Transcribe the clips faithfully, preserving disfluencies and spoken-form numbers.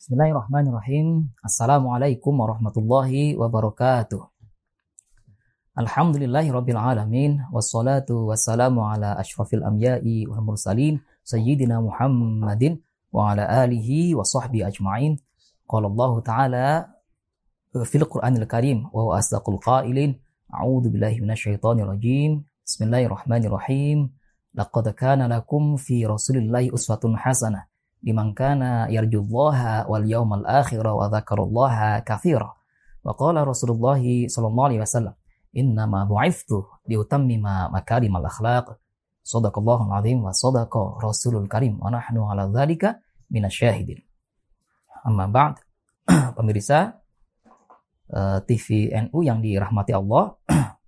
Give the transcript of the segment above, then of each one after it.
Bismillahirrahmanirrahim. Assalamualaikum warahmatullahi wabarakatuh. Alhamdulillahirabbil alamin wassalatu wassalamu ala asyrafil anbiya'i wal mursalin sayyidina Muhammadin wa ala alihi wa sahbihi ajma'in. Qala Allah ta'ala fil Qur'anil Karim wa huwa asdaqul qailin. A'udzu billahi minasyaitonir rajim. Bismillahirrahmanirrahim. Laqad kana lakum fi Rasulillahi uswatun hasanah liman kana yarjullaha wal yawmal akhir wa dzakarallaha katsira. Wa qala Rasulullah sallallahu alaihi wasallam, innama bu'ithtu liutammima makarimal akhlaq. Shadaqallahul azim wa shadaqa Rasulul Karim wa nahnu ala dzalika minasyahidin. Amma ba'd. Pemirsa uh, T V N U yang dirahmati Allah,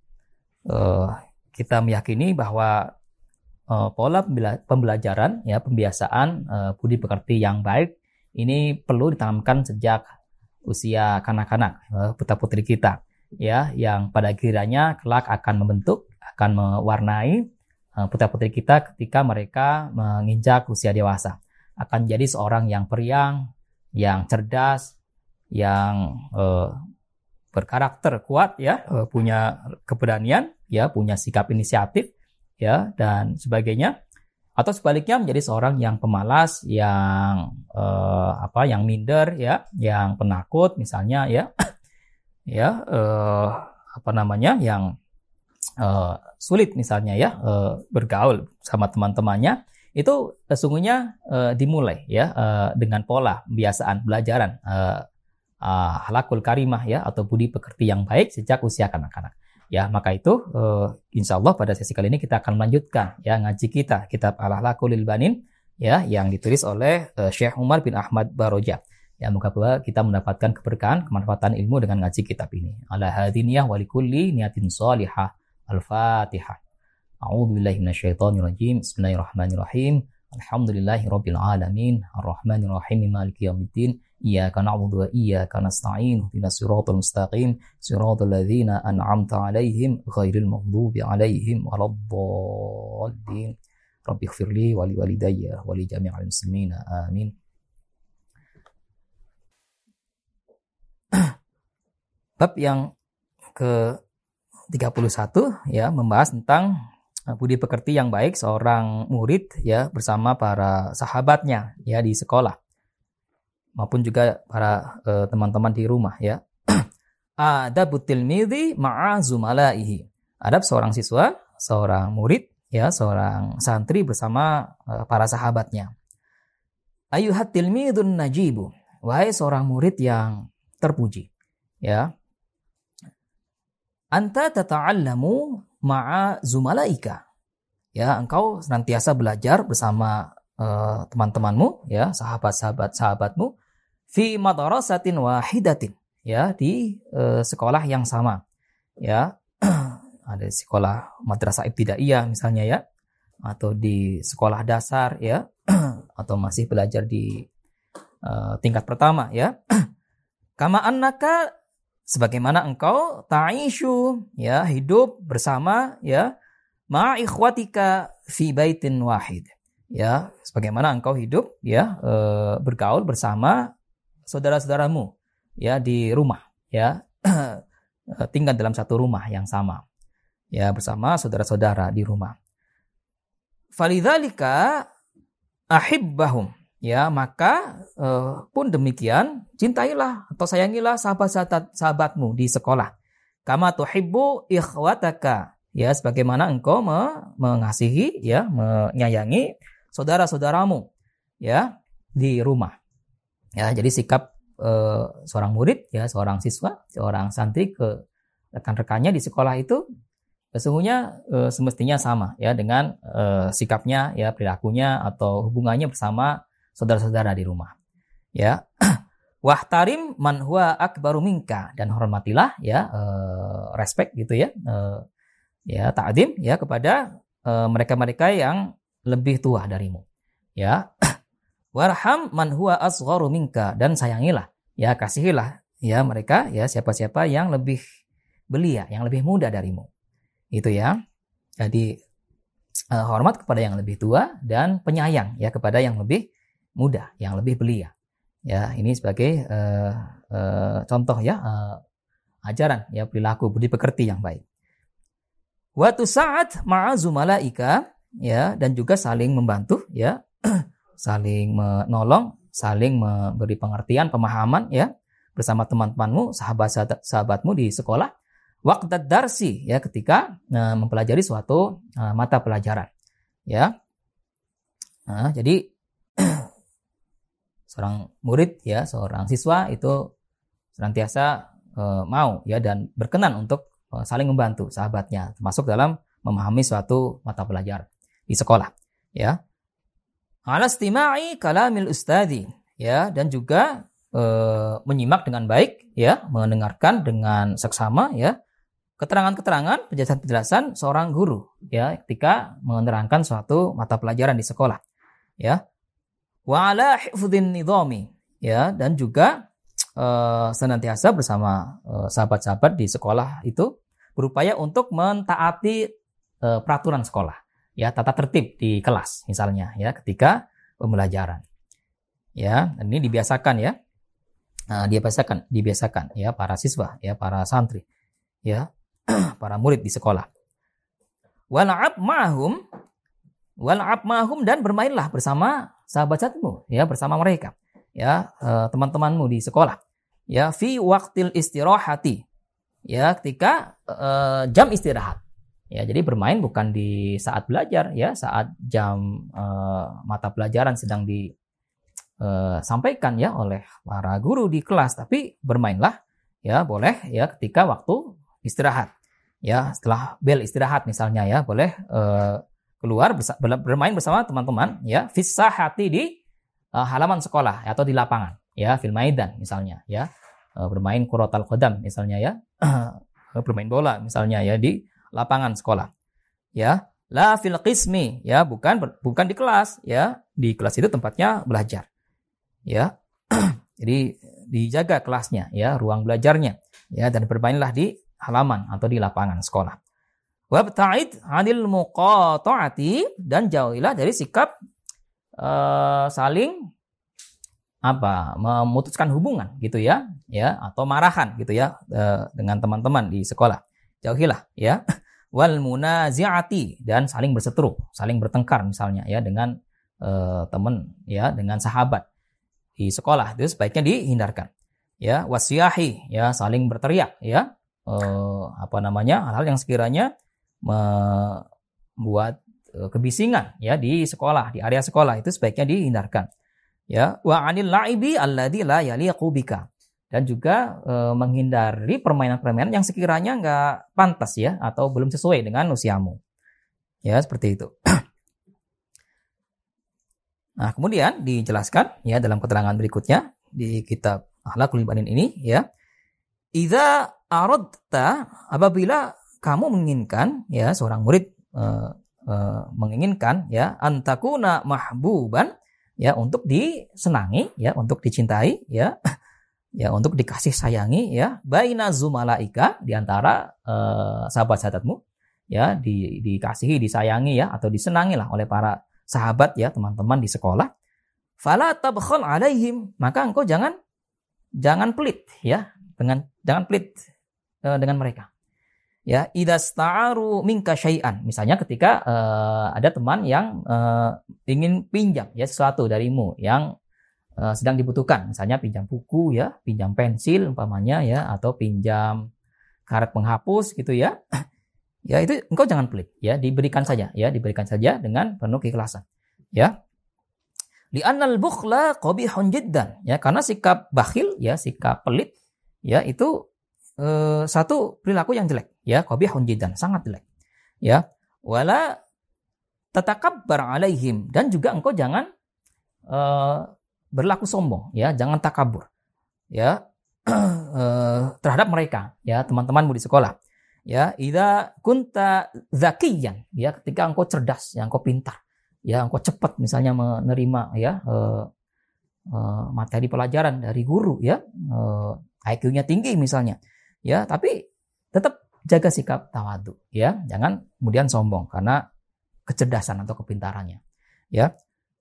uh, kita meyakini bahwa Uh, pola pembelajaran, ya pembiasaan uh, budi pekerti yang baik ini perlu ditanamkan sejak usia kanak-kanak, uh, putra-putri kita, ya, yang pada kiranya kelak akan membentuk, akan mewarnai uh, putra-putri kita ketika mereka menginjak usia dewasa, akan jadi seorang yang periang, yang cerdas, yang uh, berkarakter kuat, ya, uh, punya keberanian, ya, punya sikap inisiatif, ya, dan sebagainya. Atau sebaliknya menjadi seorang yang pemalas, yang eh, apa, yang minder, ya, yang penakut misalnya, ya, ya, eh, apa namanya, yang eh, sulit misalnya, ya, eh, bergaul sama teman-temannya. Itu sesungguhnya eh, dimulai, ya, eh, dengan pola pembiasaan belajaran eh, eh, halakul karimah, ya, atau budi pekerti yang baik sejak usia kanak-kanak. Ya, maka itu uh, insya Allah pada sesi kali ini kita akan melanjutkan, ya, ngaji kita kitab Al-Akhlaqul Banin, ya, yang ditulis oleh uh, Syekh Umar bin Ahmad Baroja. Ya, moga-moga kita mendapatkan keberkahan, kemanfaatan ilmu dengan ngaji kitab ini. Ala hadiniyah wa likulli niyatin shalihah. Al-Fatihah. A'udzu billahi minasyaitonir rajim. Bismillahirrahmanirrahim. Alhamdulillahirabbil alamin. Arrahmanir rahim. Maliki yaumiddin. Iyyaka na'budu wa iyyaka nasta'in. Ihdinas siratal mustaqim. Siratal ladzina an'amta 'alaihim ghairil maghdubi 'alaihim waladdallin. Rabbighfirli wa liwalidayya wa li jami'il muslimina. Amin. Bab yang ke tiga puluh satu, ya, membahas tentang budi pekerti yang baik seorang murid, ya, bersama para sahabatnya, ya, di sekolah maupun juga para uh, teman-teman di rumah, ya. Adabut tilmidzi ma'a zumalaihi. Adab seorang siswa, seorang murid, ya, seorang santri bersama uh, para sahabatnya. Ayyuhat tilmidun najibu. Wahai seorang murid yang terpuji, ya. Anta tata'allamu ma'a zumalaika. Ya, engkau senantiasa belajar bersama uh, teman-temanmu, ya, sahabat-sahabat sahabatmu, fi madrasatin wahidatin, ya, di uh, sekolah yang sama, ya. Ada sekolah madrasah ibtidaiyah misalnya, ya, atau di sekolah dasar, ya, atau masih belajar di uh, tingkat pertama, ya. Kama annaka, sebagaimana engkau ta'ishu, ya, hidup bersama, ya, ma'a ikhwatika fi baitin wahid, ya, sebagaimana engkau hidup, ya, e, bergaul bersama saudara-saudaramu, ya, di rumah, ya, tinggal dalam satu rumah yang sama, ya, bersama saudara-saudara di rumah. Falidzalika ahibbahum, ya, maka uh, pun demikian cintailah atau sayangilah sahabat-sahabat sahabatmu di sekolah. Kama tuhibbu ikhwataka, ya, sebagaimana engkau me- mengasihi, ya, menyayangi saudara-saudaramu, ya, di rumah. Ya, jadi sikap uh, seorang murid, ya, seorang siswa, seorang santri ke rekan-rekannya di sekolah itu sesungguhnya uh, semestinya sama, ya, dengan uh, sikapnya, ya, perilakunya atau hubungannya bersama saudara-saudara di rumah, ya. Wahtarim man huwa akbaru minka, dan hormatilah, ya, uh, respect gitu, ya, uh, ya, ta'zim, ya, kepada uh, mereka-mereka yang lebih tua darimu, ya. Warham man huwa asgharu minka, dan sayangilah, ya, kasihilah, ya, mereka, ya, siapa-siapa yang lebih belia, yang lebih muda darimu. Itu, ya. Jadi uh, hormat kepada yang lebih tua dan penyayang, ya, kepada yang lebih muda, yang lebih belia. Ya, ini sebagai uh, uh, contoh ya uh, ajaran ya perilaku budi pekerti yang baik. Wa tusa'at ma'a zumalaika, ya, dan juga saling membantu ya, saling menolong, saling memberi pengertian, pemahaman ya bersama teman-temanmu, sahabat-sahabatmu di sekolah. Waqtad darsi, ya, ketika uh, mempelajari suatu uh, mata pelajaran. Ya. Nah, jadi seorang murid ya, seorang siswa itu senantiasa uh, mau ya dan berkenan untuk uh, saling membantu sahabatnya, termasuk dalam memahami suatu mata pelajaran di sekolah, ya. Ala istima'i kalamil ustadi, ya, dan juga uh, menyimak dengan baik, ya, mendengarkan dengan seksama, ya, keterangan-keterangan, penjelasan-penjelasan seorang guru ya ketika menerangkan suatu mata pelajaran di sekolah, ya. Wa ala hifdzin nidhami, ya, dan juga uh, senantiasa bersama uh, sahabat-sahabat di sekolah itu berupaya untuk mentaati uh, peraturan sekolah, ya, tata tertib di kelas misalnya ya ketika pembelajaran. Ya, ini dibiasakan ya. Nah, dibiasakan, dibiasakan ya para siswa, ya, para santri, ya, para murid di sekolah. Wal'ab ma'hum, wal'ab ma'hum, dan bermainlah bersama sahabat-sahabatmu, ya, bersama mereka, ya, eh, teman-temanmu di sekolah, ya, fi waqtil istirahati, ya, ketika eh, jam istirahat, ya, jadi bermain bukan di saat belajar, ya, saat jam eh, mata pelajaran sedang disampaikan ya oleh para guru di kelas, tapi bermainlah, ya, boleh ya ketika waktu istirahat. Ya, setelah bel istirahat misalnya ya, boleh uh, keluar bersa- bermain bersama teman-teman ya, fissahati di uh, halaman sekolah atau di lapangan ya, fil maidan misalnya ya. Uh, bermain kuratal qadam misalnya ya. Bermain bola misalnya ya di lapangan sekolah. Ya, la fil qismi ya, bukan bukan di kelas ya. Di kelas itu tempatnya belajar. Ya. Jadi dijaga kelasnya ya, ruang belajarnya ya, dan bermainlah di halaman atau di lapangan sekolah. Wabta'id 'anil muqata'ati, dan jauhilah dari sikap uh, saling apa memutuskan hubungan gitu ya, ya, atau marahan gitu ya uh, dengan teman-teman di sekolah. Jauhilah ya. Wal munazi'ati, dan saling berseteru, saling bertengkar misalnya ya dengan uh, teman ya, dengan sahabat di sekolah, itu sebaiknya dihindarkan. Ya, wasyahi, ya, saling berteriak ya. Eh, apa namanya hal-hal yang sekiranya membuat eh, kebisingan ya di sekolah, di area sekolah, itu sebaiknya dihindarkan ya. Wa 'anil la'ibi alladzi la yaliqu bika, dan juga eh, menghindari permainan-permainan yang sekiranya nggak pantas ya atau belum sesuai dengan usiamu ya, seperti itu. Nah, kemudian dijelaskan ya dalam keterangan berikutnya di kitab Akhlaqul Banin ini ya, idza aradta, apabila kamu menginginkan ya, seorang murid uh, uh, menginginkan ya, antakuna mahbuban ya, untuk disenangi ya, untuk dicintai ya, ya, untuk dikasih sayangi ya, baina zumalaika, di antara uh, sahabat-sahabatmu ya, di, dikasihi, disayangi ya, atau disenangi lah oleh para sahabat ya, teman-teman di sekolah. Fala tabkhal alaihim, maka engkau jangan jangan pelit ya, dengan jangan pelit uh, dengan mereka. Ya, idasta'aru minka syai'an, misalnya ketika uh, ada teman yang uh, ingin pinjam ya sesuatu darimu yang uh, sedang dibutuhkan, misalnya pinjam buku ya, pinjam pensil umpamanya ya, atau pinjam karet penghapus gitu ya. Ya, itu engkau jangan pelit ya, diberikan saja ya, diberikan saja dengan penuh keikhlasan. Ya. Li'annal bukhla qabihun jiddan, ya, karena sikap bakhil ya, sikap pelit ya, itu Uh, satu perilaku yang jelek ya, qabihun jiddan, sangat jelek ya. Wala tatakabbar alaihim, dan juga engkau jangan uh, berlaku sombong ya, jangan takabur ya uh, terhadap mereka ya, teman-temanmu di sekolah ya. Idza kunta zakiyan ya, ketika engkau cerdas ya, engkau pintar ya, engkau cepat misalnya menerima ya uh, uh, materi pelajaran dari guru ya, uh, I Q-nya tinggi misalnya ya, tapi tetap jaga sikap tawadu ya, jangan kemudian sombong karena kecerdasan atau kepintarannya ya.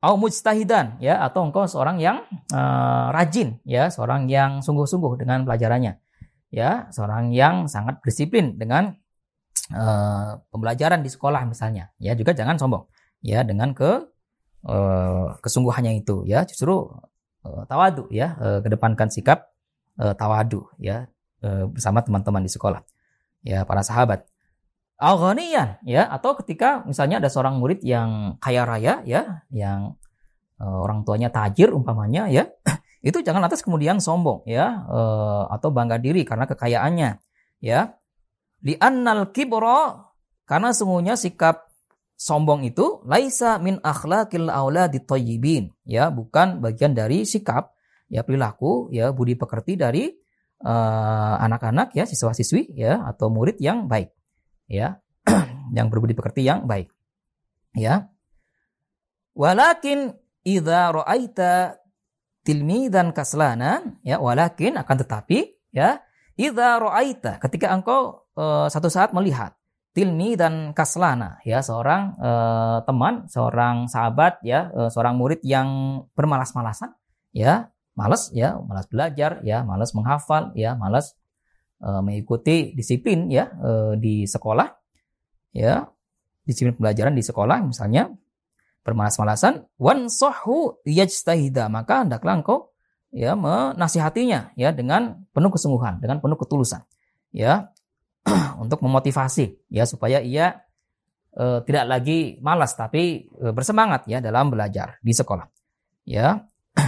au mujtahidan, ya, atau engkau seorang yang uh, rajin, ya, seorang yang sungguh-sungguh dengan pelajarannya, ya, seorang yang sangat disiplin dengan uh, pembelajaran di sekolah misalnya, ya, juga jangan sombong, ya, dengan ke uh, kesungguhannya itu, ya, justru uh, tawadu, ya, uh, kedepankan sikap uh, tawadu, ya, uh, bersama teman-teman di sekolah, ya, para sahabat. Al-ghaniyan, ya, atau ketika misalnya ada seorang murid yang kaya raya, ya, yang uh, orang tuanya tajir umpamanya, ya, itu jangan lantas kemudian sombong, ya, uh, atau bangga diri karena kekayaannya, ya. Li'annal kibra, karena sungguhnya sikap sombong itu laisa min akhlaqil auladit thayyibin, ya, bukan bagian dari sikap, ya, perilaku, ya, budi pekerti dari uh, anak-anak, ya, siswa-siswi, ya, atau murid yang baik, ya, yang berbudi pekerti yang baik, ya. Walakin idza ra'aita tilmidan kaslana, ya, walakin akan tetapi, ya, idza ra'aita, ketika engkau uh, satu saat melihat tilmidan kaslana, ya, seorang uh, teman, seorang sahabat, ya, uh, seorang murid yang bermalas-malasan, ya, malas, ya, malas belajar, ya, malas menghafal, ya, malas mengikuti disiplin, ya, di sekolah, ya, disiplin pembelajaran di sekolah misalnya, bermalas-malasan, wansahu yajtahida, maka hendaklah engkau, ya, menasihatinya, ya, dengan penuh kesungguhan, dengan penuh ketulusan, ya, untuk memotivasi, ya, supaya ia e, tidak lagi malas tapi e, bersemangat, ya, dalam belajar di sekolah, ya.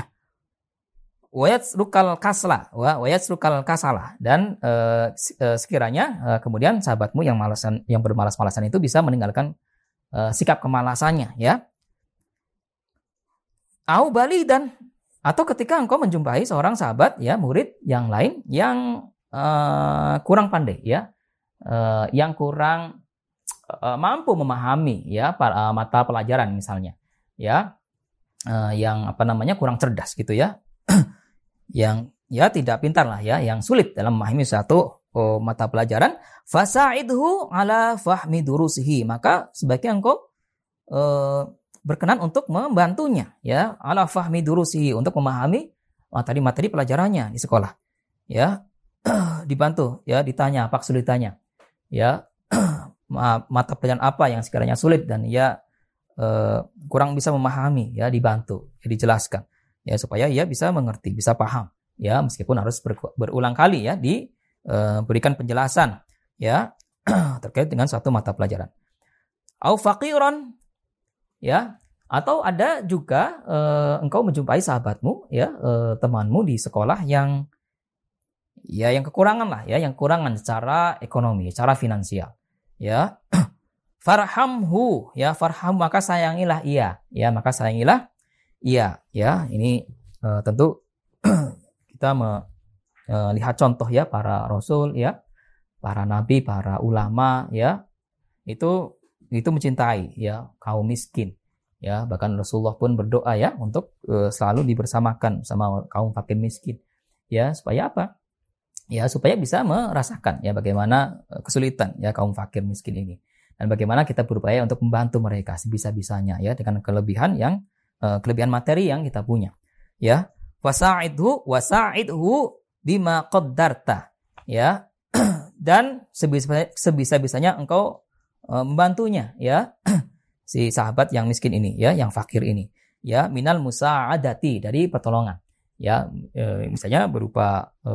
Wayat rukal kasla, wayat rukal kasalah, dan uh, sekiranya uh, kemudian sahabatmu yang malasan, yang bermalas-malasan itu bisa meninggalkan uh, sikap kemalasannya, ya. Au bali, dan atau ketika engkau menjumpai seorang sahabat, ya, murid yang lain yang uh, kurang pandai, ya, uh, yang kurang uh, mampu memahami, ya, para, uh, mata pelajaran misalnya, ya, uh, yang apa namanya kurang cerdas gitu, ya. yang ya tidak pintar lah, ya, yang sulit dalam memahami satu oh, mata pelajaran, fasa'idhu ala fahmi durusihi, maka sebaiknya engkau eh, berkenan untuk membantunya, ya, ala fahmi durusihi, untuk memahami materi-materi pelajarannya di sekolah, ya. Dibantu, ya, ditanya apa kesulitannya, ya, mata pelajaran apa yang sekiranya sulit dan ia eh, kurang bisa memahami, ya, dibantu, ya, dijelaskan, ya, supaya ia bisa mengerti, bisa paham, ya, meskipun harus ber, berulang kali, ya, diberikan uh, penjelasan, ya, terkait dengan suatu mata pelajaran. Au faqiran, ya, atau ada juga uh, engkau menjumpai sahabatmu, ya, uh, temanmu di sekolah yang, ya, yang kekurangan lah, ya, yang kekurangan secara ekonomi, secara finansial, ya. Farhamhu, ya, farham, maka sayangilah ia, ya, maka sayangilah Iya, ya, ini uh, tentu kita melihat contoh, ya, para rasul, ya, para nabi, para ulama, ya, itu itu mencintai, ya, kaum miskin, ya, bahkan Rasulullah pun berdoa, ya, untuk uh, selalu dibersamakan sama kaum fakir miskin, ya, supaya apa? Ya, supaya bisa merasakan, ya, bagaimana kesulitan, ya, kaum fakir miskin ini, dan bagaimana kita berupaya untuk membantu mereka sebisa-bisanya, ya, dengan kelebihan yang kelebihan materi yang kita punya, ya. Wasa'idhu wasa'idhu bima qaddarta, ya. Dan sebisa sebisa-bisanya engkau uh, membantunya, ya, si sahabat yang miskin ini, ya, yang fakir ini, ya, minal musa'adati, dari pertolongan, ya, e, misalnya berupa e,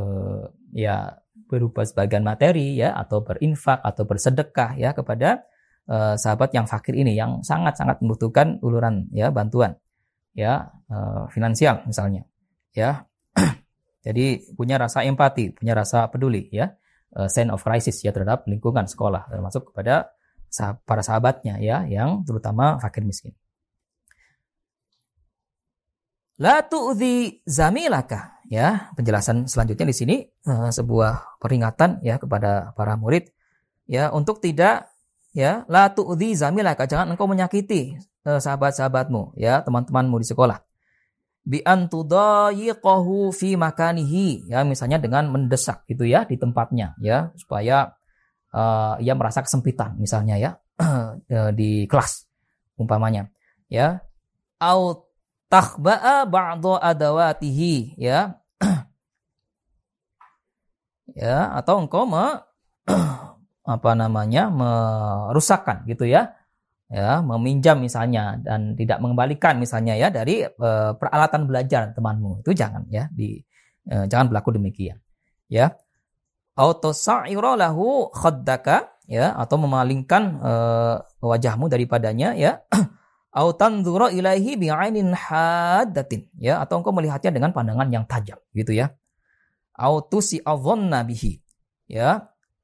ya berupa sebagian materi, ya, atau berinfak atau bersedekah, ya, kepada e, sahabat yang fakir ini yang sangat-sangat membutuhkan uluran, ya, bantuan, ya, uh, finansial misalnya, ya. Jadi punya rasa empati, punya rasa peduli, ya, uh, sense of crisis, ya, terhadap lingkungan sekolah, termasuk kepada sah- para sahabatnya, ya, yang terutama fakir miskin. La tu'dhi zamilaka, ya, penjelasan selanjutnya di sini uh, sebuah peringatan, ya, kepada para murid, ya, untuk tidak, ya, la tu'dhi zamilaka, jangan engkau menyakiti sahabat-sahabatmu, ya, teman-temanmu di sekolah. Bi antudayiqahu fi makanihi, ya, misalnya dengan mendesak gitu, ya, di tempatnya, ya, supaya uh, ia merasa kesempitan misalnya, ya, di kelas umpamanya, ya. Au takhba'a ba'dha adawatihi, ya. Ya, atau engkau me, apa namanya? merusakkan gitu ya. Ya, meminjam misalnya dan tidak mengembalikan misalnya ya dari uh, peralatan belajar temanmu. Itu jangan ya, di uh, jangan berlaku demikian. Ya. Auto sa'ira lahu khaddaka, ya, atau memalingkan uh, wajahmu daripadanya, ya. Au tanzura ilaihi bi'ainin haddatin, ya, atau engkau melihatnya dengan pandangan yang tajam gitu ya. Au tusi'adhanna bihi, ya.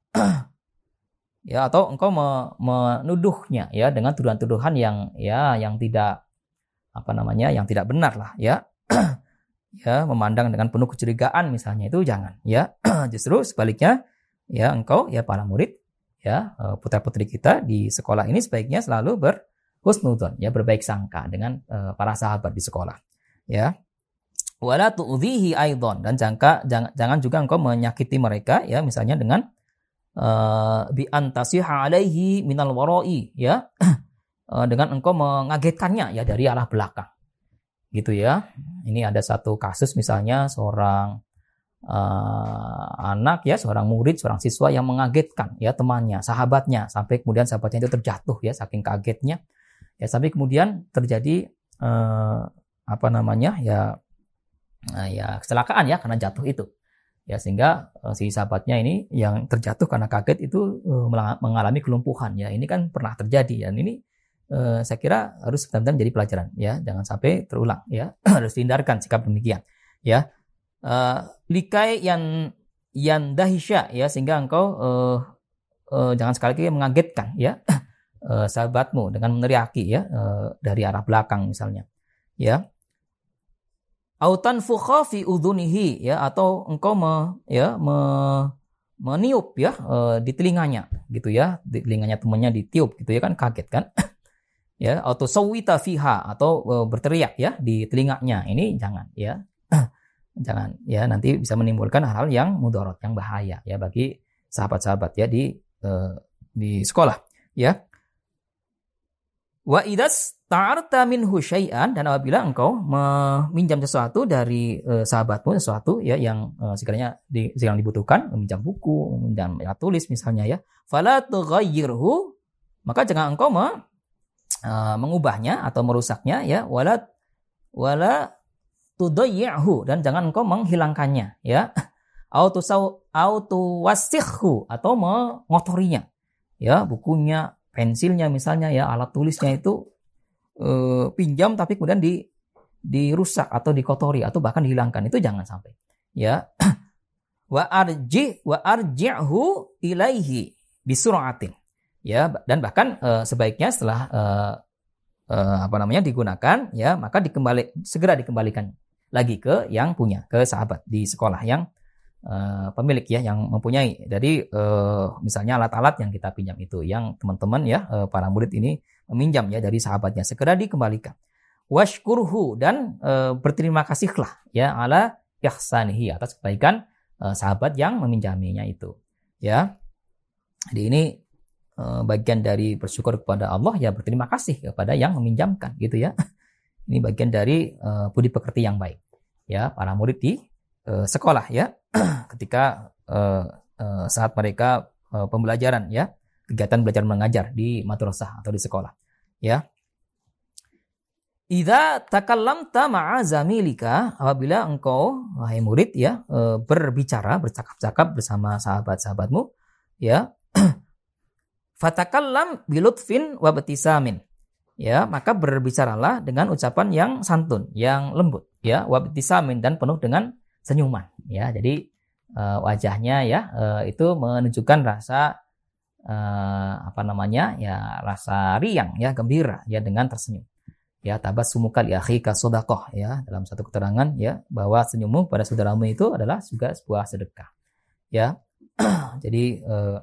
Ya, atau engkau menuduhnya ya dengan tuduhan-tuduhan yang ya yang tidak apa namanya yang tidak benar lah ya. Ya, memandang dengan penuh kecurigaan misalnya, itu jangan ya. Justru sebaliknya ya, engkau ya para murid ya, putra-putri kita di sekolah ini sebaiknya selalu berhusnudzon ya, berbaik sangka dengan uh, para sahabat di sekolah ya. Wala tu'dhihi aidan, dan jangan jangan jangan juga engkau menyakiti mereka ya, misalnya dengan uh, bi antasiha alaihi minal warai ya. uh, dengan engkau mengagetkannya ya dari arah belakang gitu ya. Ini ada satu kasus misalnya seorang uh, anak ya, seorang murid, seorang siswa yang mengagetkan ya temannya, sahabatnya, sampai kemudian sahabatnya itu terjatuh ya saking kagetnya. Ya, sampai kemudian terjadi uh, apa namanya ya uh, ya kecelakaan ya karena jatuh itu. Ya, sehingga uh, si sahabatnya ini yang terjatuh karena kaget itu uh, mengalami kelumpuhan ya. Ini kan pernah terjadi, dan ini Uh, saya kira harus benar-benar menjadi pelajaran ya, jangan sampai terulang ya. Harus dihindarkan sikap demikian ya. Uh, likai yang yang dahisya ya, sehingga engkau uh, uh, jangan sekali-kali mengagetkan ya uh, sahabatmu dengan meneriaki ya uh, dari arah belakang misalnya ya. Autan fukha fi udhunihi ya, atau engkau me, ya me, meniup ya uh, di telinganya gitu ya, di telinganya temannya ditiup gitu ya, kan kaget kan. Ya, atau sawita fiha, atau uh, berteriak ya di telinganya, ini jangan ya. Jangan ya, nanti bisa menimbulkan hal-hal yang mudarat, yang bahaya ya bagi sahabat-sahabat ya di uh, di sekolah ya. Wa idas ta'arta minhu syai'an, dan apabila engkau meminjam sesuatu dari uh, sahabatmu, sesuatu ya yang uh, sekiranya di, yang dibutuhkan, meminjam buku, meminjam ya, tulis misalnya ya, fala tughayyirhu, maka jangan engkau me Uh, mengubahnya atau merusaknya ya, wala wala tudayyi'hu, dan jangan engkau menghilangkannya ya, auto auto wasikhu, atau mengotorinya ya, bukunya, pensilnya misalnya ya, alat tulisnya itu uh, pinjam tapi kemudian di dirusak atau dikotori atau bahkan dihilangkan, itu jangan sampai ya. Wa arji wa arji'hu ilaihi bisur'atin ya, dan bahkan uh, sebaiknya setelah uh, uh, apa namanya digunakan ya, maka dikembali segera dikembalikan lagi ke yang punya, ke sahabat di sekolah yang uh, pemilik ya, yang mempunyai dari uh, misalnya alat-alat yang kita pinjam itu, yang teman-teman ya uh, para murid ini meminjam ya dari sahabatnya, segera dikembalikan. Washkurhu, dan uh, berterima kasihlah ya ala ihsanihi, atas kebaikan uh, sahabat yang meminjaminya itu ya. Jadi ini bagian dari bersyukur kepada Allah ya, berterima kasih kepada yang meminjamkan gitu ya. Ini bagian dari uh, budi pekerti yang baik ya para murid di uh, sekolah ya. Ketika uh, uh, saat mereka uh, pembelajaran ya, kegiatan belajar mengajar di madrasah atau di sekolah ya. Idza takallamta ma'a zamilika, apabila engkau wahai murid ya uh, berbicara, bercakap-cakap bersama sahabat-sahabatmu ya, fatakallam bilutfin wa batisamin ya, maka berbicaralah dengan ucapan yang santun, yang lembut ya, wa batisamin, dan penuh dengan senyuman ya. Jadi uh, wajahnya ya uh, itu menunjukkan rasa uh, apa namanya ya, rasa riang ya, gembira ya, dengan tersenyum ya. Tabassumuka li akhika shadaqah ya, dalam satu keterangan ya, bahwa senyummu pada saudaramu itu adalah juga sebuah sedekah ya. Jadi uh,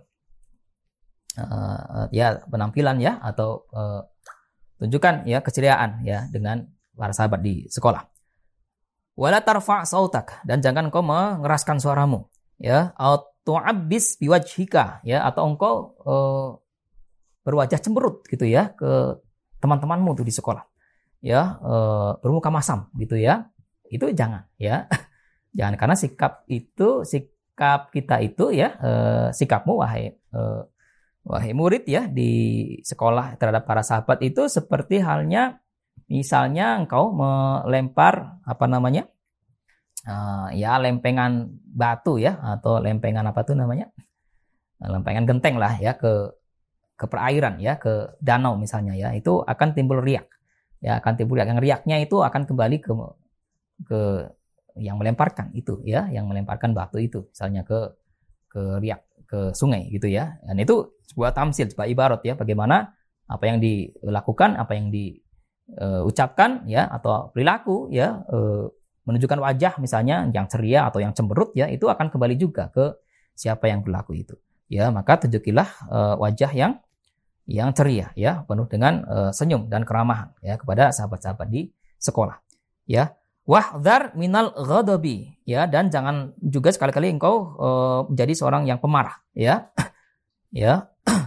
Uh, ya penampilan ya, atau uh, tunjukkan ya keceriaan ya dengan para sahabat di sekolah. Wala tarfa' sautak, dan jangan engkau mengeraskan suaramu ya, atau abis biwajhika ya, atau engkau uh, berwajah cemberut gitu ya ke teman-temanmu tuh di sekolah ya uh, bermuka masam gitu ya. Itu jangan ya. Jangan, karena sikap itu sikap kita itu ya uh, sikapmu wahai uh, wahai murid ya di sekolah terhadap para sahabat itu seperti halnya misalnya engkau melempar apa namanya uh, ya lempengan batu ya atau lempengan apa tuh namanya lempengan genteng lah ya ke ke perairan ya ke danau misalnya ya, itu akan timbul riak ya akan timbul riak yang riaknya itu akan kembali ke ke yang melemparkan itu ya yang melemparkan batu itu misalnya ke ke riak ke sungai gitu ya. Dan itu sebuah tamsil, sebuah ibarat ya bagaimana apa yang dilakukan, apa yang diucapkan uh, ya atau perilaku ya uh, menunjukkan wajah misalnya yang ceria atau yang cemberut ya, itu akan kembali juga ke siapa yang berlaku itu. Ya, maka tunjukilah uh, wajah yang yang ceria ya, penuh dengan uh, senyum dan keramahan ya kepada sahabat-sahabat di sekolah. Ya. Wahdhar minal ghadabi ya, dan jangan juga sekali-kali engkau uh, menjadi seorang yang pemarah ya. Ya.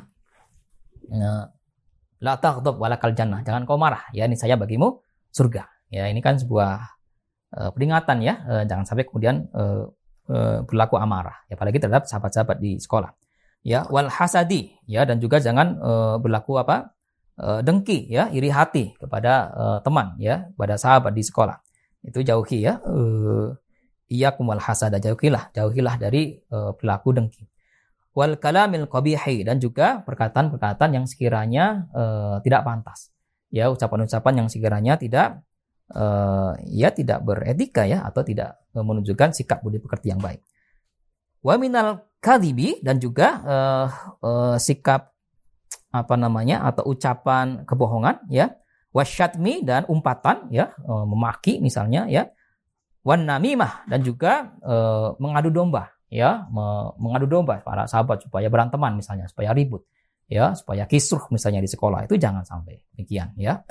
La taghdab walakal jannah. Jangan kau marah ya, ini saya bagimu surga. Ya, ini kan sebuah uh, peringatan ya, uh, jangan sampai kemudian uh, uh, berlaku amarah ya, apalagi terhadap sahabat-sahabat di sekolah. Ya, wal hasadi ya, dan juga jangan uh, berlaku apa? Uh, dengki ya, iri hati kepada uh, teman ya, kepada sahabat di sekolah. Itu jauhi ya, uh, iyyakum wal hasada, jauhilah, jauhilah dari uh, perilaku dengki. Wal kalamil qabihi, dan juga perkataan-perkataan yang sekiranya uh, tidak pantas. Ya, ucapan-ucapan yang sekiranya tidak uh, ya tidak beretika ya, atau tidak uh, menunjukkan sikap budi pekerti yang baik. Wa minal kadhibi, dan juga uh, uh, sikap apa namanya atau ucapan kebohongan ya. Wasyatmi, dan umpatan ya, e, memaki misalnya ya. Wan namimah, dan juga e, mengadu domba ya, me, mengadu domba para sahabat supaya beranteman misalnya, supaya ribut ya, supaya kisruh misalnya di sekolah, itu jangan sampai demikian ya.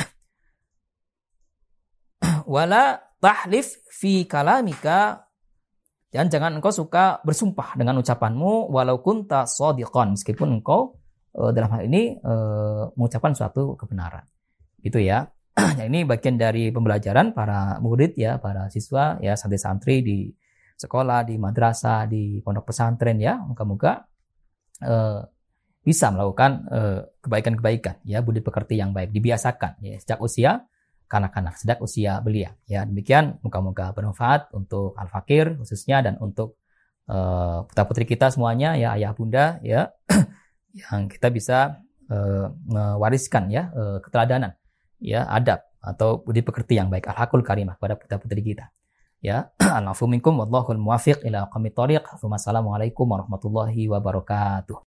Wala tahlif fi kalamika, dan jangan engkau suka bersumpah dengan ucapanmu walau kunta shadiqan, meskipun engkau e, dalam hal ini e, mengucapkan suatu kebenaran. Itu ya. Nah, ini bagian dari pembelajaran para murid ya, para siswa ya, santri-santri di sekolah, di madrasah, di pondok pesantren ya. Moga-moga eh, bisa melakukan eh, kebaikan-kebaikan ya, budi pekerti yang baik dibiasakan ya sejak usia kanak-kanak, sejak usia belia ya. Demikian, moga-moga bermanfaat untuk Al-Fakir khususnya, dan untuk eh, putra-putri kita semuanya ya, ayah bunda ya, yang kita bisa eh, mewariskan ya eh, keteladanan ya, adab atau budi pekerti yang baik, al-haqul karimah pada putra-putri kita. Ya, al-afu minkum wallahul muwaffiq ila aqwamit thoriq. Wassalamualaikum warahmatullahi wabarakatuh.